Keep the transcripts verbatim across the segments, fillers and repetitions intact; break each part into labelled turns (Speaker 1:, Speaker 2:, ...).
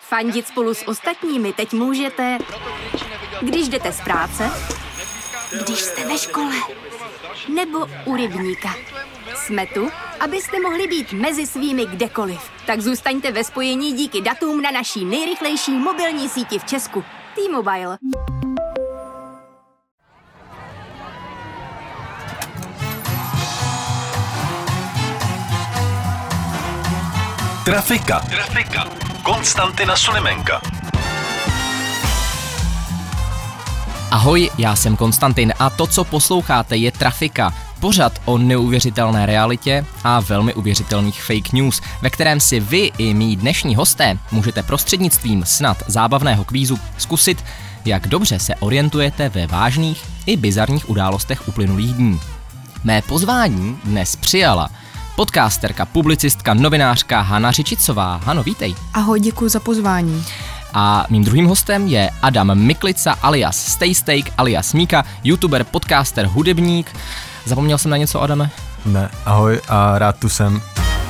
Speaker 1: Fandit spolu s ostatními teď můžete, když jdete z práce, když jste ve škole, nebo u rybníka. Jsme tu, abyste mohli být mezi svými kdekoliv. Tak zůstaňte ve spojení díky datům na naší nejrychlejší mobilní síti v Česku. T-Mobile.
Speaker 2: Trafika. Trafika. Konstantina Sulimenka.
Speaker 3: Ahoj, já jsem Konstantin a to, co posloucháte, je Trafika. Pořad o neuvěřitelné realitě a velmi uvěřitelných fake news, ve kterém si vy i mý dnešní hosté můžete prostřednictvím snad zábavného kvízu zkusit, jak dobře se orientujete ve vážných i bizarních událostech uplynulých dní. Mé pozvání dnes přijala podcasterka, publicistka, novinářka Hana Řičicová. Hano, vítej.
Speaker 4: Ahoj, děkuji za pozvání.
Speaker 3: A mým druhým hostem je Adam Miklica alias Stay Steak alias Míka, youtuber, podcaster, hudebník. Zapomněl jsem na něco, Adame?
Speaker 5: Ne, ahoj a rád tu jsem.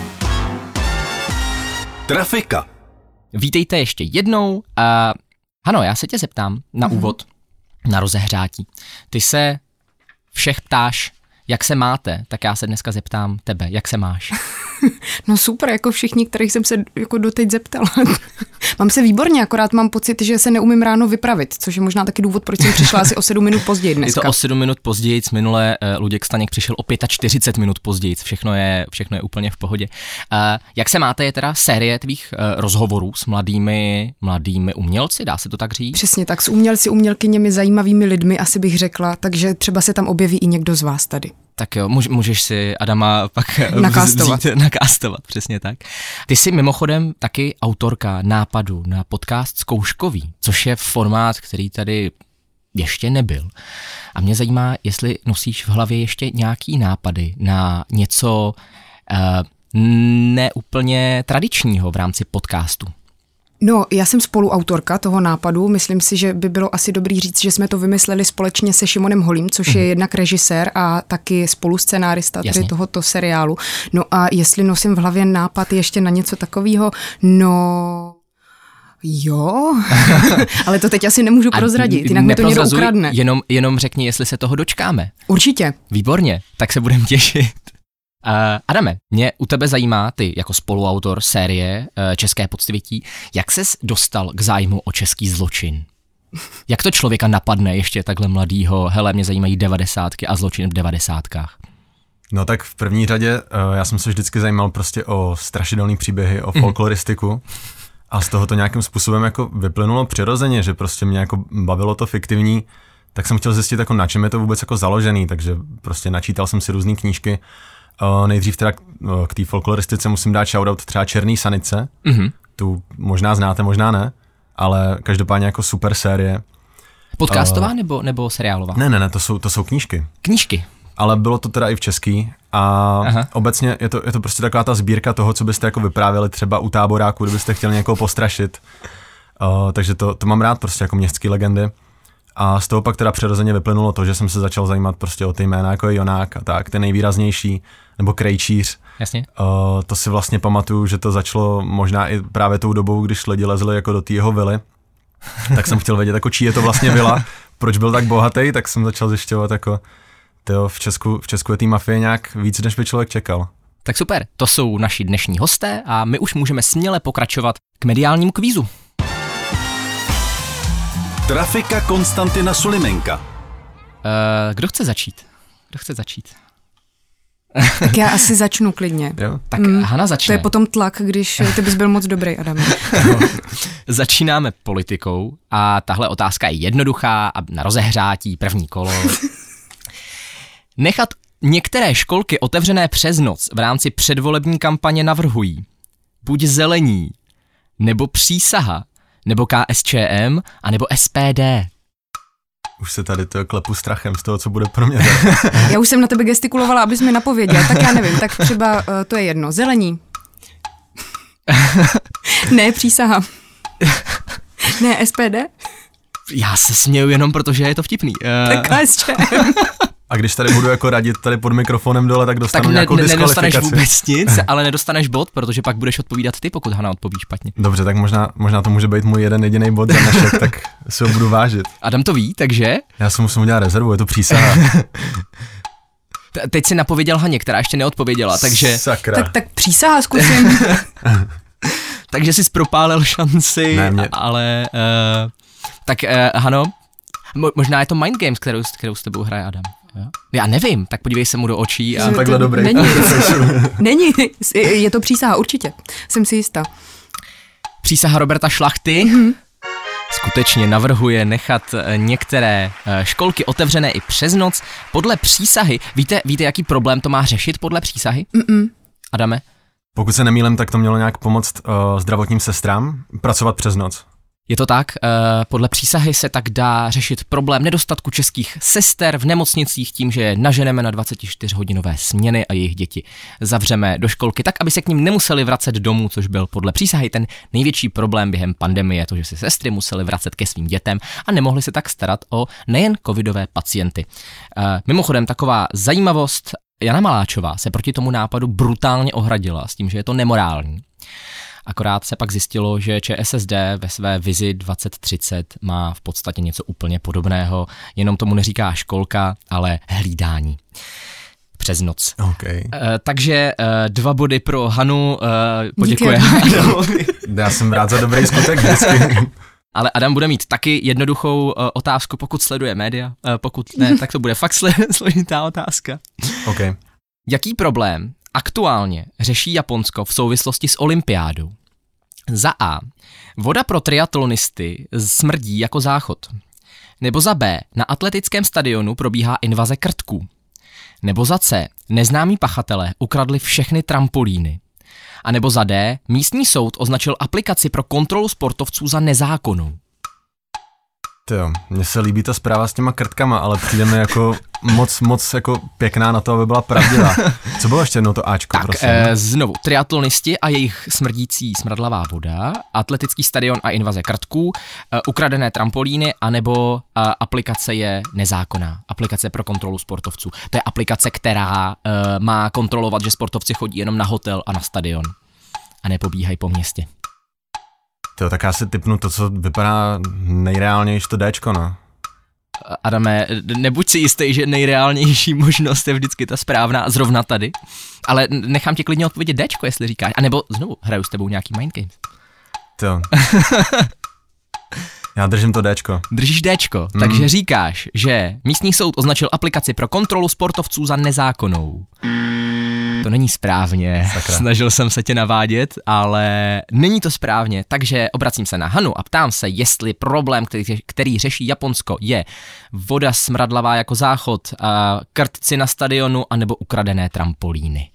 Speaker 2: Trafika.
Speaker 3: Vítejte ještě jednou. Uh, Hano, já se tě zeptám na mm-hmm. úvod, na rozehřátí. Ty se všech ptáš, jak se máte, tak já se dneska zeptám tebe, jak se máš?
Speaker 4: No super, jako všichni, kterých jsem se jako doteď zeptala. Mám se výborně, akorát mám pocit, že se neumím ráno vypravit, což je možná taky důvod, proč jsem přišla asi o sedm minut později dneska.
Speaker 3: Je to o sedm minut později, minule uh, Luděk Staněk přišel o čtyřicet pět minut později, všechno je, všechno je úplně v pohodě. Uh, jak se máte, je teda série tvých uh, rozhovorů s mladými, mladými umělci, dá se to tak říct?
Speaker 4: Přesně tak, s umělci, umělkyněmi, zajímavými lidmi, asi bych řekla, takže třeba se tam objeví i někdo z vás tady.
Speaker 3: Tak jo, můžeš si Adama pak
Speaker 4: nakástovat.
Speaker 3: Vzít, nakástovat, přesně tak. Ty jsi mimochodem taky autorka nápadu na podcast Zkouškový, což je formát, který tady ještě nebyl. A mě zajímá, jestli nosíš v hlavě ještě nějaký nápady na něco uh, neúplně tradičního v rámci podcastu.
Speaker 4: No, já jsem spoluautorka toho nápadu, myslím si, že by bylo asi dobrý říct, že jsme to vymysleli společně se Šimonem Holým, což je jednak režisér a taky spoluscenárista tady tohoto seriálu. No a jestli nosím v hlavě nápad ještě na něco takového, no... Jo, ale to teď asi nemůžu prozradit, jinak mi to někdo ukradne.
Speaker 3: Jenom, jenom řekni, jestli se toho dočkáme.
Speaker 4: Určitě.
Speaker 3: Výborně, tak se budeme těšit. Uh, Adame, mě u tebe zajímá, ty jako spoluautor série uh, České podsvětí, jak ses dostal k zájmu o český zločin? Jak to člověka napadne ještě takhle mladýho, hele, mě zajímají devadesátky a zločin v devadesátkách?
Speaker 5: No tak v první řadě uh, já jsem se vždycky zajímal prostě o strašidelný příběhy, o folkloristiku a z toho to nějakým způsobem jako vyplynulo přirozeně, že prostě mě jako bavilo to fiktivní, tak jsem chtěl zjistit, jako na čem je to vůbec jako založený, takže prostě načítal jsem si různý knížky. Uh, nejdřív teda uh, k té folkloristice musím dát shoutout třeba Černý sanice, mm-hmm. tu možná znáte, možná ne, ale každopádně jako super série.
Speaker 3: Podcastová uh, nebo, nebo seriálová?
Speaker 5: Ne, ne, ne, to jsou, to jsou knížky.
Speaker 3: Knížky? Ale
Speaker 5: bylo to teda i v český a Aha. obecně je to, je to prostě taková ta sbírka toho, co byste jako vyprávěli třeba u táboráku, kdybyste chtěli někoho postrašit. Uh, takže to, to mám rád prostě jako městský legendy. A z toho pak teda přirozeně vyplynulo to, že jsem se začal zajímat prostě o ty jména, jako je Jonák a tak, ten nejvýraznější, nebo Krejčíř.
Speaker 3: Jasně.
Speaker 5: Uh, to si vlastně pamatuju, že to začalo možná i právě tou dobou, když lidi lezli jako do té jeho vily. Tak jsem chtěl vědět, jako čí je to vlastně vila, proč byl tak bohatý, tak jsem začal zjišťovat, jako tyjo, v Česku, v Česku je té mafie nějak víc, než by člověk čekal.
Speaker 3: Tak super, to jsou naši dnešní hosté a my už můžeme směle pokračovat k mediálnímu kvízu.
Speaker 2: Trafika Konstantina Sulimenka. Uh,
Speaker 3: kdo chce začít? Kdo chce začít?
Speaker 4: Tak já asi začnu klidně.
Speaker 3: Jo? Tak mm, Hana začne.
Speaker 4: To je potom tlak, když ty bys byl moc dobrý, Adam.
Speaker 3: No, začínáme politikou a tahle otázka je jednoduchá a na rozehřátí první kolo. Nechat některé školky otevřené přes noc v rámci předvolební kampaně navrhují buď Zelení, nebo Přísaha, nebo K S Č M, anebo S P D.
Speaker 5: Už se tady to klepu strachem z toho, co bude pro mě.
Speaker 4: Já už jsem na tebe gestikulovala, abys mi napověděl, tak já nevím, tak třeba uh, to je jedno. Zelení. Ne, Přísaha. Ne, S P D.
Speaker 3: Já se směju jenom, protože je to vtipný. Uh...
Speaker 4: Tak K S Č M.
Speaker 5: A když tady budu jako radit tady pod mikrofonem dole, tak dostanu
Speaker 3: tak
Speaker 5: nějakou
Speaker 3: ne,
Speaker 5: diskvalifikaci.
Speaker 3: Nedostaneš vůbec nic, ale nedostaneš bod, protože pak budeš odpovídat ty, pokud Hana odpoví špatně.
Speaker 5: Dobře, tak možná, možná to může být můj jeden jediný bod za dnešek, tak si ho budu vážit.
Speaker 3: Adam to ví, takže?
Speaker 5: Já si musím udělat rezervu, je to přísaha.
Speaker 3: Teď si napověděl Haně, která ještě neodpověděla, takže...
Speaker 5: Sakra.
Speaker 4: Tak, tak přísaha zkusím.
Speaker 3: Takže jsi propálil šanci,
Speaker 5: ne, mě...
Speaker 3: ale... Uh, tak uh, Hano, mo- možná je to Mind Games, kterou, kterou s tebou hraje Adam. Jo? Já nevím, tak podívej se mu do očí. A...
Speaker 5: Jsem takhle dobrý.
Speaker 4: Není, není, je to přísaha, určitě, jsem si jistá.
Speaker 3: Přísaha Roberta Šlachty mm-hmm. skutečně navrhuje nechat některé školky otevřené i přes noc. Podle přísahy, víte, víte, jaký problém to má řešit podle přísahy? Mm-mm. Adame?
Speaker 5: Pokud se nemýlím, tak to mělo nějak pomoct uh, zdravotním sestrám pracovat přes noc.
Speaker 3: Je to tak, podle přísahy se tak dá řešit problém nedostatku českých sester v nemocnicích tím, že je naženeme na dvacetičtyřhodinové směny a jejich děti zavřeme do školky tak, aby se k ním nemuseli vracet domů, což byl podle přísahy ten největší problém během pandemie, to, že se sestry musely vracet ke svým dětem a nemohli se tak starat o nejen covidové pacienty. Mimochodem taková zajímavost, Jana Maláčová se proti tomu nápadu brutálně ohradila s tím, že je to nemorální. Akorát se pak zjistilo, že ČSSD ve své vizi dvacet třicet má v podstatě něco úplně podobného, jenom tomu neříká školka, ale hlídání. Přes noc.
Speaker 5: Okay.
Speaker 3: Uh, takže uh, dva body pro Hanu, uh, poděkujeme.
Speaker 5: Já jsem rád za dobrý skutek vždycky.
Speaker 3: Ale Adam bude mít taky jednoduchou uh, otázku, pokud sleduje média. Uh, pokud ne, tak to bude fakt složitá otázka.
Speaker 5: Okay.
Speaker 3: Jaký problém aktuálně řeší Japonsko v souvislosti s olympiádou? Za A. Voda pro triatlonisty smrdí jako záchod. Nebo za B. Na atletickém stadionu probíhá invaze krtků. Nebo za C. Neznámí pachatelé ukradli všechny trampolíny. A nebo za D. Místní soud označil aplikaci pro kontrolu sportovců za nezákonnou.
Speaker 5: Jo, mně se líbí ta zpráva s těma krtkama, ale přijde mi jako moc, moc jako pěkná na to, aby byla pravdivá. Co bylo ještě jednou to Ačko,
Speaker 3: tak,
Speaker 5: prosím?
Speaker 3: E, znovu, triatlonisti a jejich smrdící smradlavá voda, atletický stadion a invaze krtků, e, ukradené trampolíny, anebo e, aplikace je nezákonná. Aplikace pro kontrolu sportovců. To je aplikace, která e, má kontrolovat, že sportovci chodí jenom na hotel a na stadion a nepobíhají po městě.
Speaker 5: To, tak já si tipnu to, co vypadá nejreálnější, to Dčko, no.
Speaker 3: Adame, nebuď si jistý, že nejreálnější možnost je vždycky ta správná, zrovna tady, ale nechám tě klidně odpovědět Dčko, jestli říkáš, a nebo znovu hraju s tebou nějaký Mind Games.
Speaker 5: To. Já držím to Dčko.
Speaker 3: Držíš Dčko, mm. takže říkáš, že místní soud označil aplikaci pro kontrolu sportovců za nezákonnou. To není správně,
Speaker 5: Sakra.
Speaker 3: Snažil jsem se tě navádět, ale není to správně, takže obracím se na Hanu a ptám se, jestli problém, který, který řeší Japonsko, je voda smradlavá jako záchod, krtci na stadionu anebo ukradené trampolíny.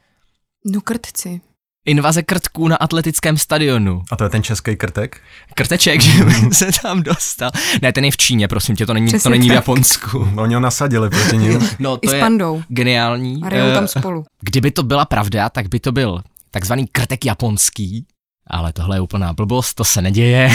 Speaker 4: No krtci.
Speaker 3: Invaze krtků na atletickém stadionu.
Speaker 5: A to je ten český krtek?
Speaker 3: Krteček, že by se tam dostal. Ne, ten je v Číně, prosím tě, to není, to není v Japonsku.
Speaker 5: Oni ho nasadili proti ním.
Speaker 3: No, to
Speaker 4: I s
Speaker 3: je
Speaker 4: pandou.
Speaker 3: Geniální.
Speaker 4: A hrajou tam spolu.
Speaker 3: Kdyby to byla pravda, tak by to byl takzvaný krtek japonský, ale tohle je úplná blbost, to se neděje.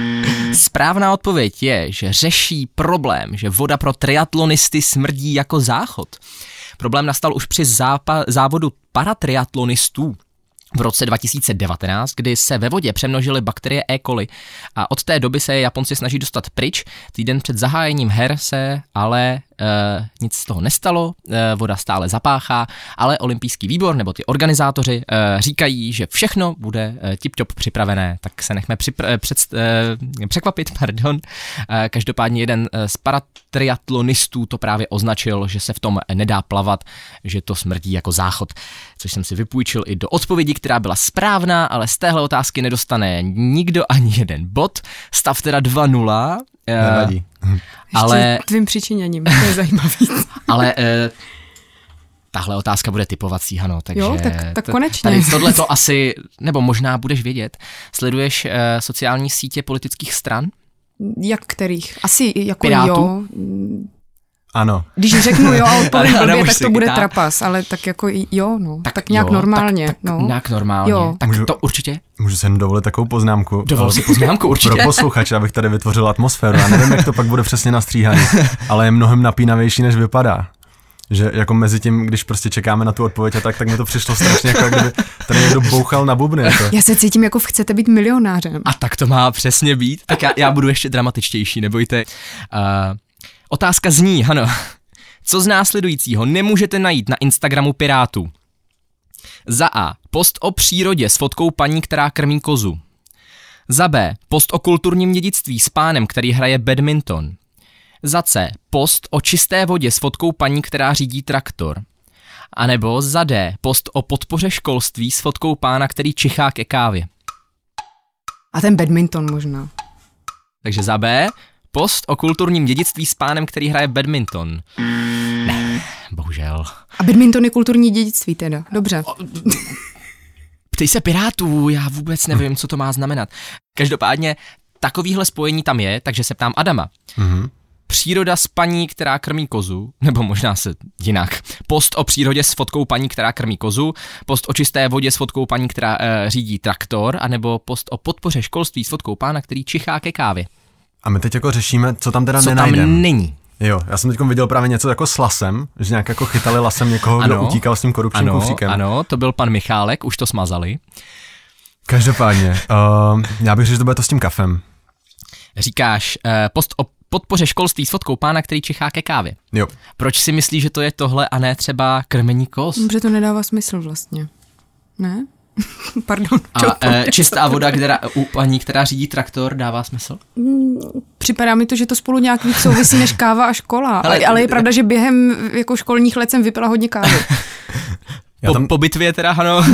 Speaker 3: Správná odpověď je, že řeší problém, že voda pro triatlonisty smrdí jako záchod. Problém nastal už při zápa- závodu paratriatlonistů v roce dva tisíce devatenáct, kdy se ve vodě přemnožily bakterie E. coli a od té doby se Japonci snaží dostat pryč. Týden před zahájením her se ale e, nic z toho nestalo, e, voda stále zapáchá, ale olympijský výbor nebo ty organizátoři e, říkají, že všechno bude e, tip-top připravené, tak se nechme připra- před, e, překvapit. Pardon. E, každopádně jeden z paratriatlonistů to právě označil, že se v tom nedá plavat, že to smrdí jako záchod, což jsem si vypůjčil i do odpovědi, která byla správná, ale z téhle otázky nedostane nikdo ani jeden bod. Stav teda dva nula.
Speaker 5: Nevadí.
Speaker 3: Ale
Speaker 4: tvým přičiněním, to je zajímavý.
Speaker 3: Ale e, tahle otázka bude typovací, Hano, takže...
Speaker 4: Jo, tak, tak konečně.
Speaker 3: Tady tohle to asi, nebo možná budeš vědět, sleduješ e, sociální sítě politických stran?
Speaker 4: Jak kterých? Asi jako
Speaker 3: Pirátů?
Speaker 4: Jo.
Speaker 5: Ano.
Speaker 4: Když řeknu jo a odpovím blbě, tak to bude
Speaker 3: chytá.
Speaker 4: trapas, ale tak jako jo, no. Tak, tak nějak
Speaker 3: jo,
Speaker 4: normálně.
Speaker 3: Tak, tak
Speaker 4: no.
Speaker 3: nějak normálně.
Speaker 4: Jo.
Speaker 3: Tak
Speaker 5: Můžu,
Speaker 3: to určitě.
Speaker 5: Můžu si jen dovolit takovou poznámku.
Speaker 3: Dovol si poznámku, určitě.
Speaker 5: Pro posluchače, abych tady vytvořil atmosféru. Já nevím, jak to pak bude přesně nastříhané, ale je mnohem napínavější, než vypadá. Že jako mezi tím, když prostě čekáme na tu odpověď a tak, tak mi to přišlo strašně jako, kdyby tady někdo bouchal na bubny. Jako.
Speaker 4: Já se cítím jako chcete být milionářem.
Speaker 3: A tak to má přesně být. Tak já, já budu ještě dramatičtější, nebojte. Uh, otázka zní, ano. Co z následujícího nemůžete najít na Instagramu Pirátů? Za A. Post o přírodě s fotkou paní, která krmí kozu. Za B. Post o kulturním dědictví s pánem, který hraje badminton. Za C. Post o čisté vodě s fotkou paní, která řídí traktor. A nebo za D. Post o podpoře školství s fotkou pána, který čichá ke kávě.
Speaker 4: A ten badminton možná.
Speaker 3: Takže za B. Post o kulturním dědictví s pánem, který hraje badminton. Ne, bohužel.
Speaker 4: A badminton je kulturní dědictví teda, dobře.
Speaker 3: Ptej se Pirátů, já vůbec nevím, co to má znamenat. Každopádně takovýhle spojení tam je, takže se ptám Adama.
Speaker 5: Mhm.
Speaker 3: Příroda s paní, která krmí kozu, nebo možná se jinak. Post o přírodě s fotkou paní, která krmí kozu, post o čisté vodě s fotkou paní, která e, řídí traktor, anebo post o podpoře školství s fotkou pána, který čichá ke kávě.
Speaker 5: A my teď jako řešíme, co tam teda
Speaker 3: co
Speaker 5: nenajdem.
Speaker 3: tam není.
Speaker 5: Jo, já jsem teď viděl právě něco jako s lasem, že nějak jako chytali lasem někoho, kdo
Speaker 3: ano,
Speaker 5: utíkal s tím korupčním
Speaker 3: ano,
Speaker 5: kufříkem.
Speaker 3: Ano, to byl pan Michálek, už to smazali.
Speaker 5: Každopádně, uh, já bych řekl, že to bude to s tím kafem.
Speaker 3: Říkáš uh, post o podpoře školství s fotkou pána, který čichá ke kávě.
Speaker 5: Jo.
Speaker 3: Proč si myslíš, že to je tohle a ne třeba krmení koz?
Speaker 4: Dobře, to nedává smysl vlastně. Ne? Pardon.
Speaker 3: A e, čistá voda která, u paní, která řídí traktor, dává smysl?
Speaker 4: Připadá mi to, že to spolu nějak víc souvisí než káva a škola. Ale, ale je pravda, že během jako školních let jsem vypila hodně kávy.
Speaker 3: Po, tam... po bitvě teda, ano.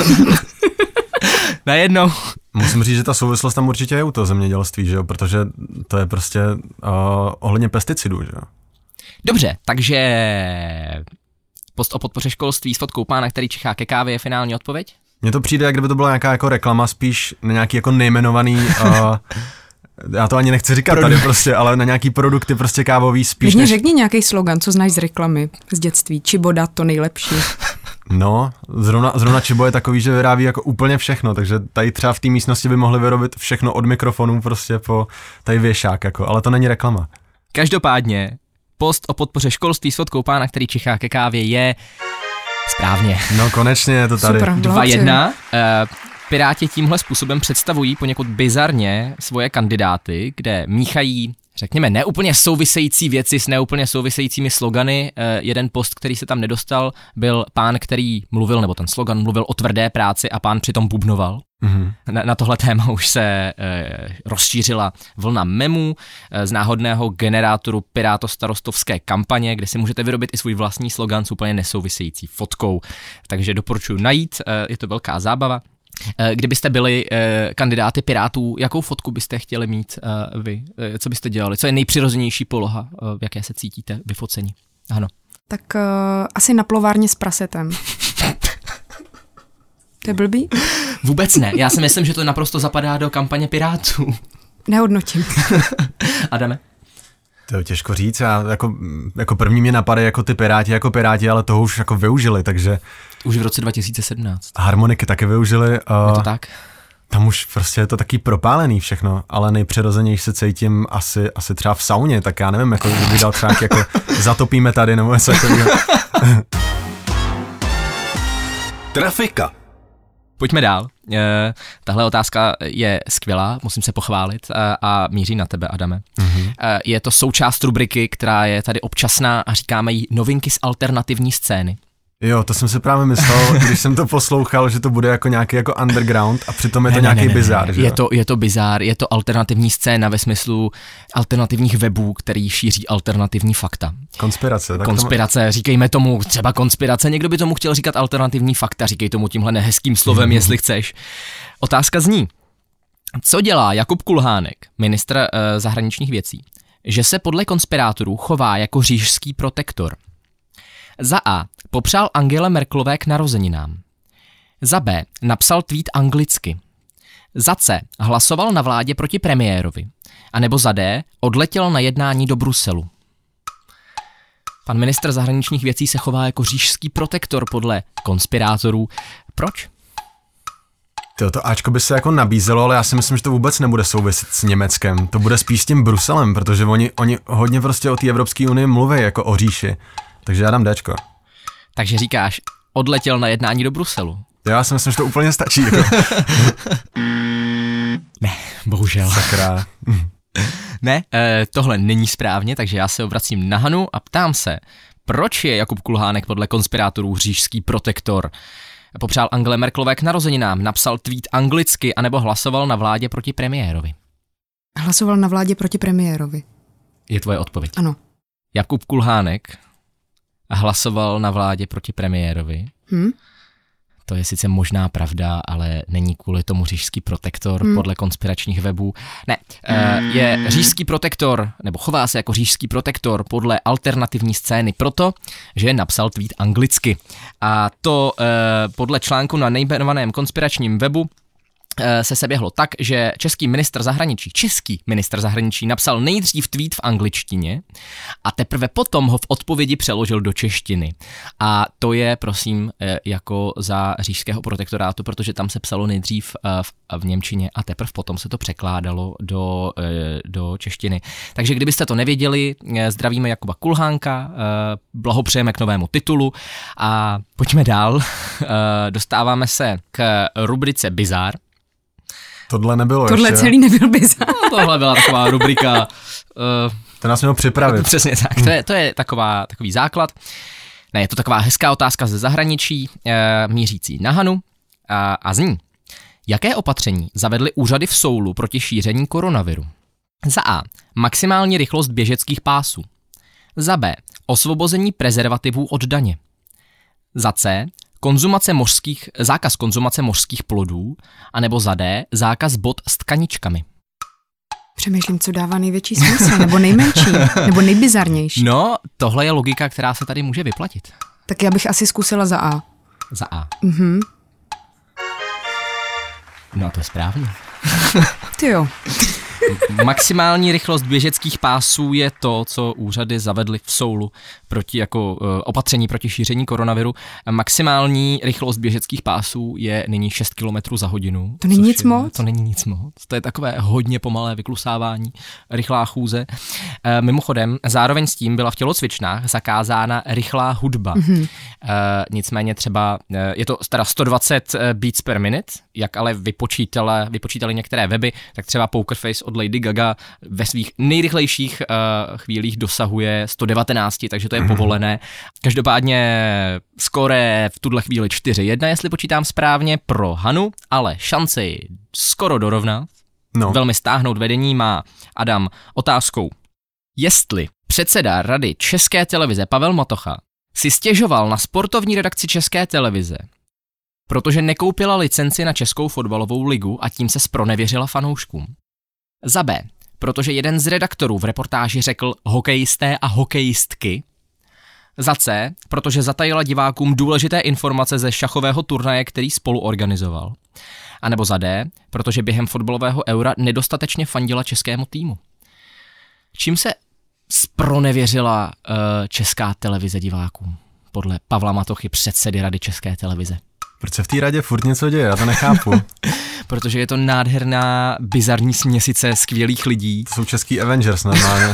Speaker 3: Najednou.
Speaker 5: Musím říct, že ta souvislost tam určitě je u toho zemědělství, že jo? Protože to je prostě uh, ohledně pesticidů, že jo?
Speaker 3: Dobře, takže post o podpoře školství s fotkou pána, který čichá ke kávě, je finální odpověď?
Speaker 5: Mně to přijde, jak kdyby to byla nějaká jako reklama, spíš na nějaký jako nejmenovaný, uh, já to ani nechci říkat Produkt. tady prostě, ale na nějaký produkty prostě kávový spíš.
Speaker 4: Než...
Speaker 5: Než...
Speaker 4: řekni nějaký slogan, co znáš z reklamy z dětství. Čiboda, to nejlepší.
Speaker 5: No, zrovna, zrovna Čibo je takový, že vyrábí jako úplně všechno, takže tady třeba v té místnosti by mohli vyrobit všechno od mikrofonů prostě po tady věšák, jako, ale to není reklama.
Speaker 3: Každopádně, post o podpoře školství s fotkou pána, který čichá ke kávě, je správně.
Speaker 5: No konečně je to tady.
Speaker 3: dva jedna. Uh, Piráti tímhle způsobem představují poněkud bizarně svoje kandidáty, kde míchají, řekněme, neúplně související věci s neúplně souvisejícími slogany. Uh, jeden post, který se tam nedostal, byl pán, který mluvil, nebo ten slogan mluvil o tvrdé práci a pán přitom bubnoval. Mm-hmm. Na, na tohle téma už se e, rozšířila vlna memů e, z náhodného generátoru piráto-starostovské kampaně, kde si můžete vyrobit i svůj vlastní slogan s úplně nesouvisející fotkou. Takže doporučuji najít, e, je to velká zábava. E, kdybyste byli e, kandidáty Pirátů, jakou fotku byste chtěli mít e, vy? E, co byste dělali? Co je nejpřirozenější poloha, e, v jaké se cítíte vyfocení? Ano.
Speaker 4: Tak uh, asi na plovárně s prasetem. To je blbý?
Speaker 3: Vůbec ne. Já si myslím, že to naprosto zapadá do kampaně Pirátů.
Speaker 4: Nehodnotím.
Speaker 3: Adame?
Speaker 5: To je těžko říct. Já jako, jako první mě napadá jako ty Piráti, jako Piráti, ale toho už jako využili, takže...
Speaker 3: Už v roce dva tisíce sedmnáct.
Speaker 5: Harmoniky taky využili.
Speaker 3: Je to tak?
Speaker 5: Tam už prostě je to taky propálený všechno, ale nejpřirozenější se cítím asi, asi třeba v sauně, tak já nevím, jako kdyby dal třeba jako zatopíme tady nebo něco takového.
Speaker 2: Trafika.
Speaker 3: Pojďme dál. E, tahle otázka je skvělá, musím se pochválit a, a míří na tebe, Adame. Mm-hmm. E, je to součást rubriky, která je tady občasná a říkáme jí novinky z alternativní scény.
Speaker 5: Jo, to jsem si právě myslel, když jsem to poslouchal, že to bude jako nějaký jako underground a přitom je to ne, nějaký ne, ne, bizár, ne. Že?
Speaker 3: Je to, je to bizár, je to alternativní scéna ve smyslu alternativních webů, který šíří alternativní fakta.
Speaker 5: Konspirace. Tak
Speaker 3: konspirace, tomu... říkejme tomu třeba konspirace, někdo by tomu chtěl říkat alternativní fakta, říkej tomu tímhle nehezkým slovem, mm. jestli chceš. Otázka zní, co dělá Jakub Kulhánek, ministr uh, zahraničních věcí, že se podle konspirátorů chová jako říšský protektor? Za A. Popřál Angele Merkelové k narozeninám. Za B. Napsal tweet anglicky. Za C. Hlasoval na vládě proti premiérovi. A nebo za D. Odletěl na jednání do Bruselu. Pan ministr zahraničních věcí se chová jako říšský protektor podle konspirátorů. Proč?
Speaker 5: To, to Ačko by se jako nabízelo, ale já si myslím, že to vůbec nebude souviset s Německem. To bude spíš s tím Bruselem, protože oni, oni hodně prostě o té Evropské unii mluví jako o říši. Takže já dám Dčko.
Speaker 3: Takže říkáš, odletěl na jednání do Bruselu.
Speaker 5: Já si myslím, že to úplně stačí. Jako.
Speaker 3: Ne, bohužel.
Speaker 5: Sakra.
Speaker 3: Ne, eh, tohle není správně, takže já se obracím na Hanu a ptám se, proč je Jakub Kulhánek podle konspirátorů říšský protektor? Popřál Angele Merkelové k narozeninám, napsal tweet anglicky anebo hlasoval na vládě proti premiérovi?
Speaker 4: Hlasoval na vládě proti premiérovi.
Speaker 3: Je tvoje odpověď?
Speaker 4: Ano.
Speaker 3: Jakub Kulhánek hlasoval na vládě proti premiérovi.
Speaker 4: Hm?
Speaker 3: To je sice možná pravda, ale není kvůli tomu říšský protektor hmm. podle konspiračních webů. Ne, je říšský protektor, nebo chová se jako říšský protektor podle alternativní scény proto, že napsal tweet anglicky. A to podle článku na nejmenovaném konspiračním webu se seběhlo tak, že český ministr zahraničí, český ministr zahraničí napsal nejdřív tweet v angličtině a teprve potom ho v odpovědi přeložil do češtiny. A to je, prosím, jako za říšského protektorátu, protože tam se psalo nejdřív v, v němčině a teprve potom se to překládalo do, do češtiny. Takže kdybyste to nevěděli, zdravíme Jakuba Kulhánka, blahopřejeme k novému titulu a pojďme dál. Dostáváme se k rubrice Bizár.
Speaker 5: Tohle nebylo
Speaker 4: Tohle
Speaker 5: ještě.
Speaker 4: celý nebyl bizár.
Speaker 3: No, tohle byla taková rubrika. Uh,
Speaker 5: to nás mělo připravit.
Speaker 3: Přesně tak, to je, to je taková, takový základ. Ne, je to taková hezká otázka ze zahraničí, uh, mířící na Hanu a, a zní. Jaké opatření zavedly úřady v Soulu proti šíření koronaviru? Za A. Maximální rychlost běžeckých pásů. Za B. Osvobození prezervativů od daně. Za C. Konzumace mořských, zákaz konzumace mořských plodů, anebo za D, zákaz bot s tkaničkami.
Speaker 4: Přemýšlím, co dává největší smysl, nebo nejmenší, nebo nejbizarnější.
Speaker 3: No, tohle je logika, která se tady může vyplatit.
Speaker 4: Tak já bych asi zkusila za A.
Speaker 3: Za A.
Speaker 4: Mhm.
Speaker 3: No, to je správně.
Speaker 4: Ty jo.
Speaker 3: Maximální rychlost běžeckých pásů je to, co úřady zavedly v Soulu proti jako uh, opatření proti šíření koronaviru. Maximální rychlost běžeckých pásů je nyní šest kilometrů za hodinu.
Speaker 4: To není nic
Speaker 3: je,
Speaker 4: moc?
Speaker 3: To není nic moc. To je takové hodně pomalé vyklusávání, rychlá chůze. Uh, mimochodem, zároveň s tím byla v tělocvičnách zakázána rychlá hudba. Mm-hmm. Uh, nicméně třeba uh, je to teda sto dvacet beats per minute, jak ale vypočítali, vypočítali některé weby, tak třeba Poker Face od Lady Gaga ve svých nejrychlejších uh, chvílích dosahuje sto devatenáct, takže to je povolené. Každopádně skóre v tuhle chvíli čtyři jedna, jestli počítám správně, pro Hanu, ale šanci skoro dorovnat. No. Velmi stáhnout vedení má Adam otázkou. Jestli předseda Rady České televize Pavel Matocha si stěžoval na sportovní redakci České televize, protože nekoupila licenci na Českou fotbalovou ligu a tím se zpronevěřila fanouškům. Za B, protože jeden z redaktorů v reportáži řekl hokejisté a hokejistky. Za C, protože zatajila divákům důležité informace ze šachového turnaje, který spolu organizoval. A nebo za D, protože během fotbalového eura nedostatečně fandila českému týmu. Čím se zpronevěřila uh, Česká televize divákům? Podle Pavla Matochy, předsedy Rady České televize.
Speaker 5: Proč se v té radě furt něco děje? Já to nechápu.
Speaker 3: Protože je to nádherná, bizarní směsice skvělých lidí.
Speaker 5: To jsou český Avengers normálně.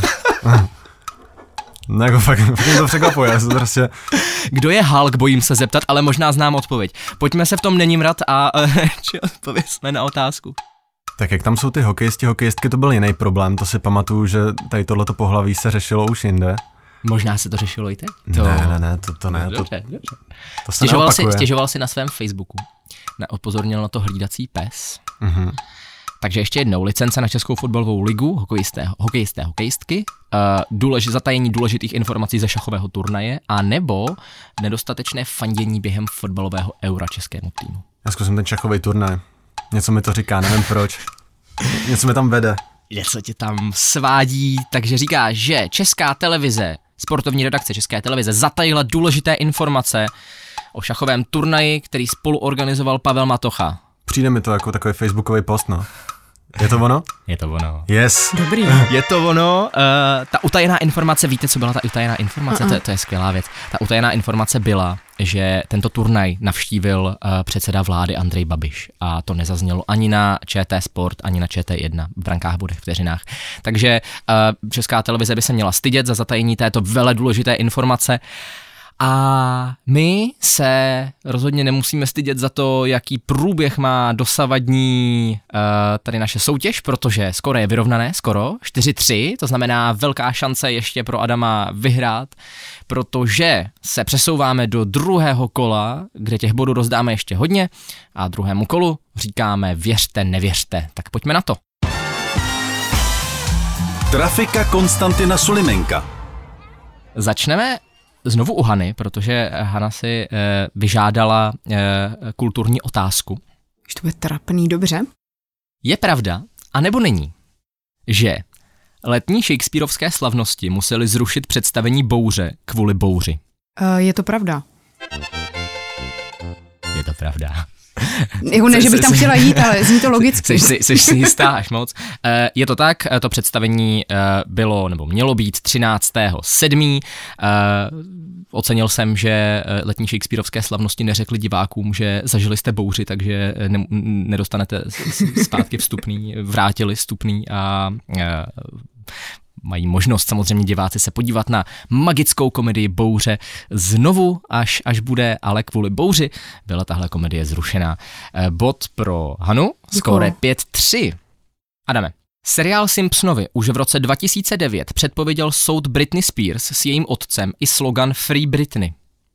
Speaker 5: No jako fakt, fakt to překvapuje. Já to prostě...
Speaker 3: Kdo je Hulk, bojím se zeptat, ale možná znám odpověď. Pojďme se v tom nenimrat a uh, odpovězme na otázku.
Speaker 5: Tak jak tam jsou ty hokejisti, hokejistky, to byl jiný problém. To si pamatuju, že tady tohleto pohlaví se řešilo už jinde.
Speaker 3: Možná se to řešilo i teď? To...
Speaker 5: Ne, ne, ne, to, to ne.
Speaker 3: Dobře,
Speaker 5: to,
Speaker 3: dobře.
Speaker 5: To se
Speaker 3: stěžoval, si,
Speaker 5: neopakuje.
Speaker 3: stěžoval si na svém Facebooku. Upozornil na to hlídací pes.
Speaker 5: Mhm.
Speaker 3: Takže ještě jednou, licence na Českou fotbalovou ligu, hokejisté, hokejisté, hokejistky, uh, důlež, zatajení důležitých informací ze šachového turnaje a nebo nedostatečné fandění během fotbalového eura českému týmu.
Speaker 5: Já zkusím ten šachový turnaj. Něco mi to říká, nevím proč. Něco mi tam vede.
Speaker 3: Něco tě tam svádí, takže říká, že Česká televize, sportovní redakce České televize zatajila důležité informace o šachovém turnaji, který spolu organizoval Pavel Matocha.
Speaker 5: Přijde mi to jako takový facebookový post, no. Je to ono?
Speaker 3: Je to ono.
Speaker 5: Yes.
Speaker 4: Dobrý.
Speaker 3: Je to ono. Uh, ta utajená informace, víte, co byla ta utajená informace? Uh-uh. To, to je skvělá věc. Ta utajená informace byla, že tento turnaj navštívil uh, předseda vlády Andrej Babiš a to nezaznělo ani na ČT Sport, ani na ČT jedna v brankách, bodech, vteřinách. Takže uh, Česká televize by se měla stydět za zatajení této vele důležité informace. A my se rozhodně nemusíme stydět za to, jaký průběh má dosavadní uh, tady naše soutěž, protože skoro je vyrovnané, skoro čtyři tři, to znamená velká šance ještě pro Adama vyhrát, protože se přesouváme do druhého kola, kde těch bodů rozdáme ještě hodně a druhému kolu říkáme věřte, nevěřte. Tak pojďme na to.
Speaker 2: Trafika Konstantina Sulimenka.
Speaker 3: Začneme znovu u Hany, protože Hana si e, vyžádala e, kulturní otázku.
Speaker 4: Už to bude trapný, dobře.
Speaker 3: Je pravda, anebo není, že letní shakespearovské slavnosti museli zrušit představení Bouře kvůli bouři?
Speaker 4: Uh, je to pravda.
Speaker 3: Je to pravda.
Speaker 4: Jako ne, že bych tam chtěla jít, ale zní to logicky.
Speaker 3: Jsi, jsi si jistá až moc. Je to tak, to představení bylo, nebo mělo být třináctého sedmého Ocenil jsem, že letní shakespearovské slavnosti neřekli divákům, že zažili jste bouři, takže ne, nedostanete zpátky vstupný, vrátili vstupný a mají možnost samozřejmě diváci se podívat na magickou komedii Bouře znovu, až, až bude, ale kvůli bouři byla tahle komedie zrušená. Bod pro Hanu, skóre pět tři. Adame, seriál Simpsonovi už v roce dva tisíce devět předpověděl soud Britney Spears s jejím otcem i slogan Free Britney.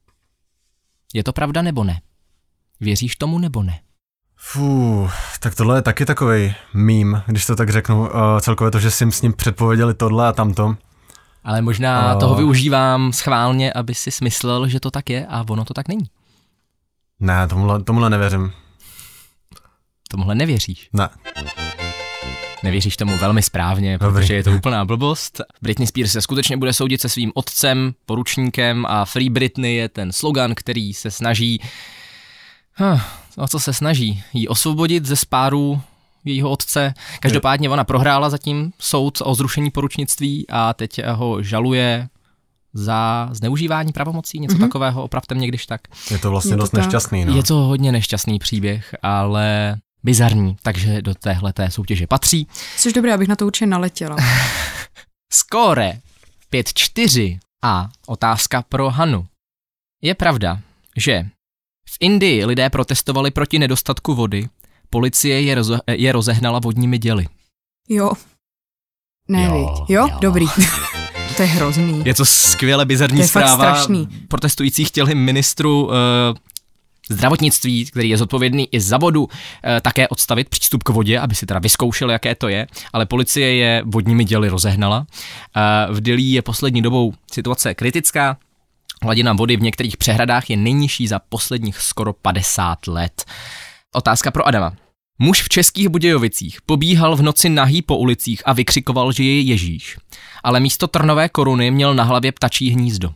Speaker 3: Je to pravda nebo ne? Věříš tomu nebo ne?
Speaker 5: Fú, tak tohle je taky takovej mím, když to tak řeknu, uh, celkově to, že Sims s ním předpověděli tohle a tamto.
Speaker 3: Ale možná uh, toho využívám schválně, aby si smyslel, že to tak je a ono to tak není.
Speaker 5: Ne, tomuhle, tomuhle nevěřím.
Speaker 3: Tomuhle nevěříš?
Speaker 5: Ne.
Speaker 3: Nevěříš tomu velmi správně,
Speaker 5: Dobrý.
Speaker 3: Protože je to úplná blbost. Britney Spears se skutečně bude soudit se svým otcem, poručníkem a Free Britney je ten slogan, který se snaží... Huh, o co se snaží? Jí osvobodit ze spáru jejího otce. Každopádně ona prohrála zatím soud o zrušení poručnictví a teď ho žaluje za zneužívání pravomocí, něco mm-hmm. takového, opravte mě když tak.
Speaker 5: Je to vlastně
Speaker 4: je to
Speaker 5: dost
Speaker 4: tak.
Speaker 5: nešťastný. No.
Speaker 3: Je to hodně nešťastný příběh, ale bizarní, takže do téhleté soutěže patří.
Speaker 4: Což dobré, abych na to určitě naletěla.
Speaker 3: Skóre pět čtyři a otázka pro Hanu. Je pravda, že v Indii lidé protestovali proti nedostatku vody, policie je, roze, je rozehnala vodními děly.
Speaker 4: Jo. Ne, jo, jo? jo? Dobrý. To je hrozný.
Speaker 3: Je to skvěle bizarní
Speaker 4: to je
Speaker 3: zpráva.
Speaker 4: Strašný.
Speaker 3: Protestující chtěli ministru uh, zdravotnictví, který je zodpovědný i za vodu, uh, také odstavit přístup k vodě, aby si teda vyzkoušeli, jaké to je, ale policie je vodními děly rozehnala. Uh, v Dillí je poslední dobou situace kritická. Hladina vody v některých přehradách je nejnižší za posledních skoro padesát let. Otázka pro Adama. Muž v Českých Budějovicích pobíhal v noci nahý po ulicích a vykřikoval, že je Ježíš. Ale místo trnové koruny měl na hlavě ptačí hnízdo.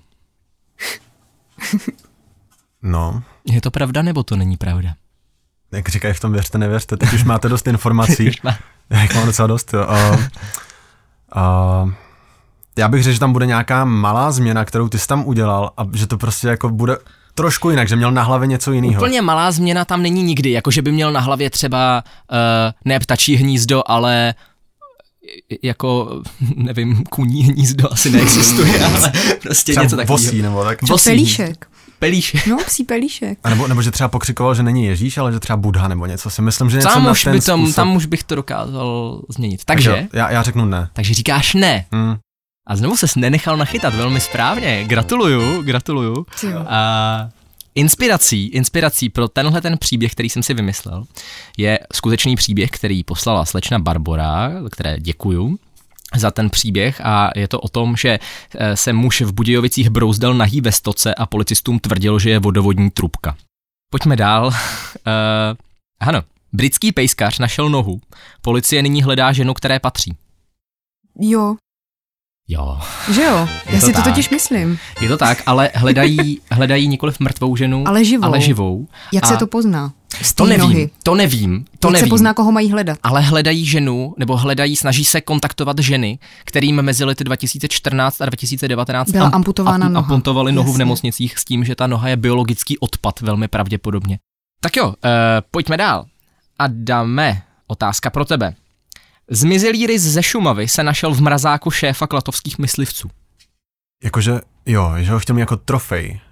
Speaker 5: No.
Speaker 3: Je to pravda nebo to není pravda?
Speaker 5: Jak říkají v tom věřte, nevěřte, teď už máte dost informací. Jak mám docela dost, jo. Uh, uh, Já bych řekl, že tam bude nějaká malá změna, kterou ty jsi tam udělal a že to prostě jako bude trošku jinak, že měl na hlavě něco jiného.
Speaker 3: Úplně malá změna tam není nikdy, jako že by měl na hlavě třeba uh, ne ptačí hnízdo, ale jako, nevím, kuní hnízdo asi neexistuje, ale prostě třeba něco takového.
Speaker 5: Vosí nebo tak.
Speaker 3: Vosí.
Speaker 4: Pelíšek.
Speaker 3: Pelíšek.
Speaker 4: No, psí pelíšek.
Speaker 5: A nebo, nebo že třeba pokřikoval, že není Ježíš, ale že třeba Buddha nebo něco. Si myslím, že něco
Speaker 3: tam
Speaker 5: na
Speaker 3: už
Speaker 5: ten
Speaker 3: by tam,
Speaker 5: způsob.
Speaker 3: tam už bych to dokázal změnit. Takže?
Speaker 5: Tak jo, já, já řeknu ne.
Speaker 3: Takže říkáš ne.
Speaker 5: Hmm.
Speaker 3: A znovu ses nenechal nachytat velmi správně. Gratuluju, gratuluju. A inspirací, inspirací pro tenhle ten příběh, který jsem si vymyslel, je skutečný příběh, který poslala slečna Barbora, které děkuju za ten příběh a je to o tom, že se muž v Budějovicích brouzdal nahý ve stoce a policistům tvrdil, že je vodovodní trubka. Pojďme dál. Uh, ano, britský pejskař našel nohu. Policie nyní hledá ženu, které patří.
Speaker 4: Jo.
Speaker 3: Jo.
Speaker 4: Že jo? Já
Speaker 3: to
Speaker 4: si
Speaker 3: tak.
Speaker 4: to totiž myslím.
Speaker 3: Je to tak, ale hledají, hledají nikoliv mrtvou ženu,
Speaker 4: ale živou.
Speaker 3: Ale živou.
Speaker 4: Jak
Speaker 3: a
Speaker 4: se to pozná? Z
Speaker 3: to nevím,
Speaker 4: nohy.
Speaker 3: to nevím, to
Speaker 4: Jak
Speaker 3: nevím.
Speaker 4: se pozná, koho mají hledat?
Speaker 3: Ale hledají ženu, nebo hledají, snaží se kontaktovat ženy, kterým mezi lety dva tisíce čtrnáct a dva tisíce devatenáct
Speaker 4: byla am, amputována
Speaker 3: am,
Speaker 4: noha.
Speaker 3: amputovali nohu
Speaker 4: Jasně.
Speaker 3: v nemocnicích s tím, že ta noha je biologický odpad, velmi pravděpodobně. Tak jo, uh, pojďme dál. Adame, otázka pro tebe. Zmizelý rys ze Šumavy se našel v mrazáku šéfa klatovských myslivců.
Speaker 5: Jakože, jo, že ho chtěl mít jako trofej.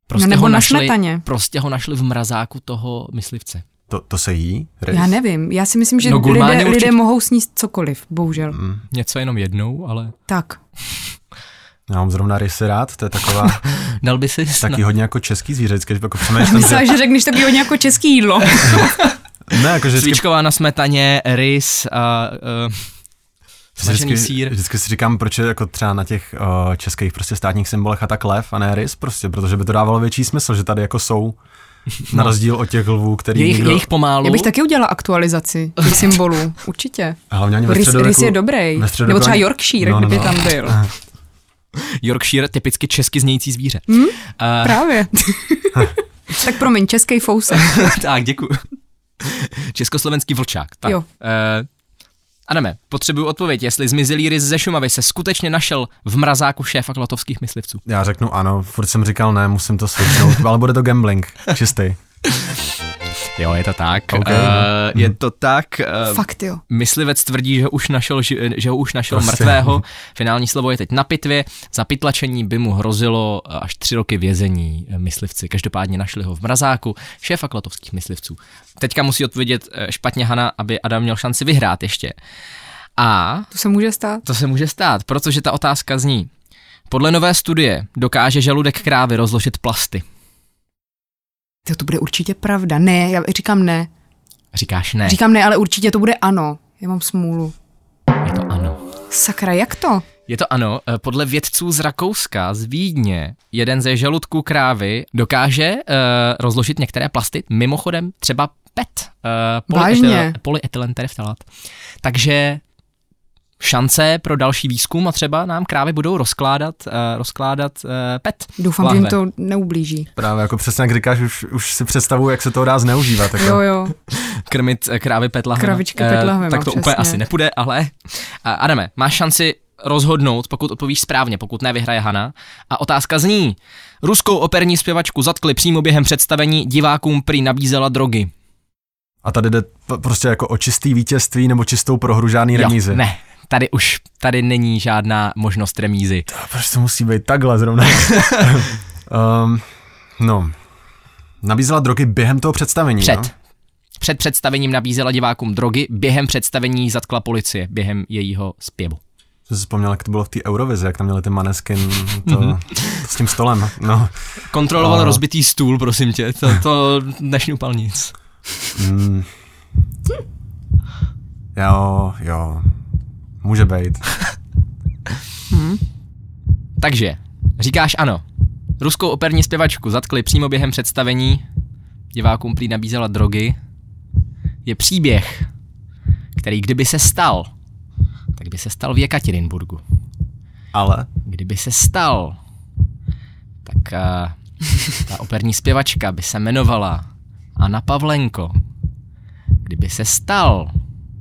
Speaker 3: Prostě
Speaker 4: no nebo
Speaker 3: ho
Speaker 4: na
Speaker 3: našli,
Speaker 4: smetaně.
Speaker 3: Prostě ho našli v mrazáku toho myslivce.
Speaker 5: To, to se jí? Rys?
Speaker 4: Já nevím, já si myslím, že
Speaker 3: No,
Speaker 4: lidé,
Speaker 3: určitě...
Speaker 4: lidé mohou sníst cokoliv, bohužel.
Speaker 5: Mm.
Speaker 3: Něco jenom jednou, ale...
Speaker 4: Tak.
Speaker 5: Já mám zrovna rysy rád, to je taková...
Speaker 3: Dal by si...
Speaker 5: Taky hodně jako český zvíře, vždycky jako přemýšlím,
Speaker 4: Myslela, že řekneš taky hodně jako český jídlo.
Speaker 5: Ne, jako vždycky...
Speaker 3: Svíčková na smetaně, rys a... Uh...
Speaker 5: Vždycky, vždycky si říkám, proč je jako třeba na těch uh, českých prostě státních symbolech a tak lev a ne rys prostě, protože by to dávalo větší smysl, že tady jako jsou na rozdíl od těch lvů, který
Speaker 3: jejich,
Speaker 5: nikdo...
Speaker 3: jejich pomálu.
Speaker 4: Já bych taky udělala aktualizaci těch symbolů, určitě.
Speaker 5: A hlavně ani ve
Speaker 4: Rys,
Speaker 5: středověku...
Speaker 4: rys je dobrý, nebo třeba Yorkshire, no, no, kdyby no. tam byl.
Speaker 3: Yorkshire, typicky česky znějící zvíře.
Speaker 4: Hmm? Uh... Právě. Tak promiň, český fousek.
Speaker 3: Tak, děkuji. Československý vlčák. Tak.
Speaker 4: Jo.
Speaker 3: Uh, Adame, potřebuju odpověď, jestli zmizelý rys ze Šumavy se skutečně našel v mrazáku šéfa klatovských myslivců.
Speaker 5: Já řeknu ano, furt jsem říkal ne, musím to switchnout, ale bude to gambling, čistý.
Speaker 3: Jo, je to tak.
Speaker 5: Okay,
Speaker 3: uh,
Speaker 5: no.
Speaker 3: Je to tak. Uh,
Speaker 4: Fakt jo.
Speaker 3: Myslivec tvrdí, že už našel, že ho už našel prostě mrtvého. Finální slovo je teď na pitvě. Za pytlačení by mu hrozilo až tři roky vězení myslivci. Každopádně našli ho v mrazáku šéfa klatovských myslivců. Teďka musí odpovědět špatně Hana, aby Adam měl šanci vyhrát ještě. A...
Speaker 4: To se může stát?
Speaker 3: To se může stát, protože ta otázka zní. Podle nové studie dokáže žaludek krávy rozložit plasty.
Speaker 4: To, to bude určitě pravda. Ne, já říkám ne.
Speaker 3: Říkáš ne.
Speaker 4: Říkám ne, ale určitě to bude ano. Já mám smůlu.
Speaker 3: Je to ano.
Speaker 4: Sakra, jak to?
Speaker 3: Je to ano. Podle vědců z Rakouska, z Vídně, jeden ze žaludků krávy dokáže uh, rozložit některé plasty, mimochodem třeba P E T, uh, polyetyl, polyetylentereftalát. Takže šance pro další výzkum a třeba nám krávy budou rozkládat, uh, rozkládat uh, P E T.
Speaker 4: Doufám,
Speaker 3: lahve.
Speaker 4: že jim to neublíží.
Speaker 5: Právě jako přesně jak říkáš, už, už si představuju, jak se to dá zneužívat. Jako.
Speaker 4: Jo, jo.
Speaker 3: Krmit krávy P E T lahve.
Speaker 4: Kravičky P E T lahve,
Speaker 3: uh, Tak to
Speaker 4: přesně.
Speaker 3: úplně asi nepůjde, ale... Uh, Adame, máš šanci rozhodnout, pokud odpovíš správně, pokud ne, vyhraje Hana. A otázka zní, ruskou operní zpěvačku zatkli přímo během představení, divákům prý nabízela drogy.
Speaker 5: A tady jde prostě jako o čistý vítězství nebo čistou prohru, žádný
Speaker 3: Jo,
Speaker 5: remízy.
Speaker 3: ne, tady už, tady není žádná možnost remízy.
Speaker 5: To prostě musí být takhle zrovna. um, no, nabízela drogy během toho představení,
Speaker 3: Před.
Speaker 5: no?
Speaker 3: Před představením nabízela divákům drogy, během představení ji zatkla policie, během jejího zpěvu.
Speaker 5: Jsem si vzpomněl, jak to bylo v té Eurovizi, jak tam měli ty Maneskin, to, to s tím stolem, no.
Speaker 3: Kontroloval
Speaker 5: A...
Speaker 3: rozbitý stůl, prosím tě, to, to nešňupal nic.
Speaker 5: Mm. Jo, jo, může být.
Speaker 3: hmm. Takže, říkáš ano. Ruskou operní zpěvačku zatkli přímo během představení, divákům prý nabízela drogy. Je příběh, který kdyby se stal, tak by se stal v Jekatěrinburgu.
Speaker 5: Ale?
Speaker 3: Kdyby se stal, tak uh, ta operní zpěvačka by se jmenovala Anna Pavlenko. Kdyby se stal...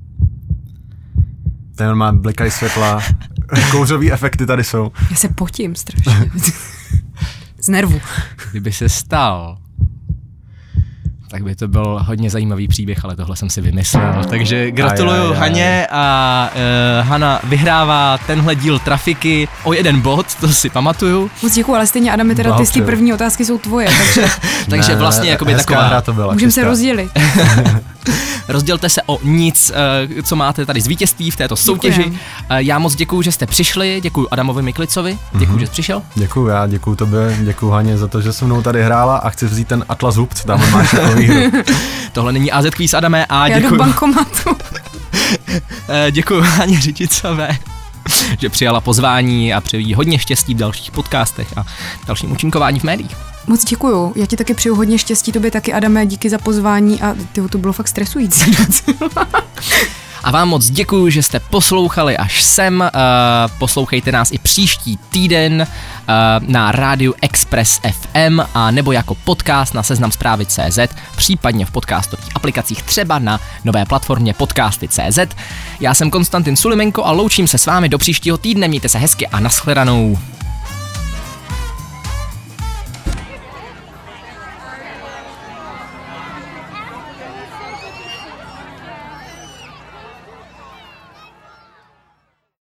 Speaker 5: Ten má blikají světla, kouřový efekty tady jsou.
Speaker 4: Já se potím strašně. Z nervu.
Speaker 3: Kdyby se stal... tak by to byl hodně zajímavý příběh, ale tohle jsem si vymyslel. Takže gratuluju aj, aj, aj. Haně a uh, Hana vyhrává tenhle díl Trafiky o jeden bod, to si pamatuju.
Speaker 4: Moc děkuju, ale stejně Adame, teda ty, ty první otázky jsou tvoje, takže...
Speaker 3: takže
Speaker 5: ne,
Speaker 3: vlastně jakoby taková...
Speaker 5: hra to byla.
Speaker 4: Můžeme se rozdělit.
Speaker 3: Rozdělte se o nic, co máte tady z vítězství v této soutěži. Děkujem. Já moc děkuju, že jste přišli, děkuju Adamovi Miklicovi, děkuju, mm-hmm. že jsi přišel.
Speaker 5: Děkuju, já děkuju tobě, děkuju Haně za to, že se mnou tady hrála a chci vzít ten Atlas Hub, co tam máš jako výhru.
Speaker 3: Tohle není á zet Quiz, Adame, a
Speaker 4: já
Speaker 3: děkuju.
Speaker 4: Já do bankomatu.
Speaker 3: Děkuju Haně Řičicové, že přijala pozvání a přeji hodně štěstí v dalších podcastech a dalším účinkování v médiích.
Speaker 4: Moc děkuju, já ti taky přeju hodně štěstí, tobě taky Adame, díky za pozvání a tyho, to bylo fakt stresující.
Speaker 3: A vám moc děkuju, že jste poslouchali až sem. Uh, poslouchejte nás i příští týden uh, na rádiu Express ef em a nebo jako podcast na seznam zprávy tečka cé zet, případně v podcastových aplikacích, třeba na nové platformě podcasty tečka cé zet. Já jsem Konstantin Sulimenko a loučím se s vámi do příštího týdne. Mějte se hezky a nashledanou.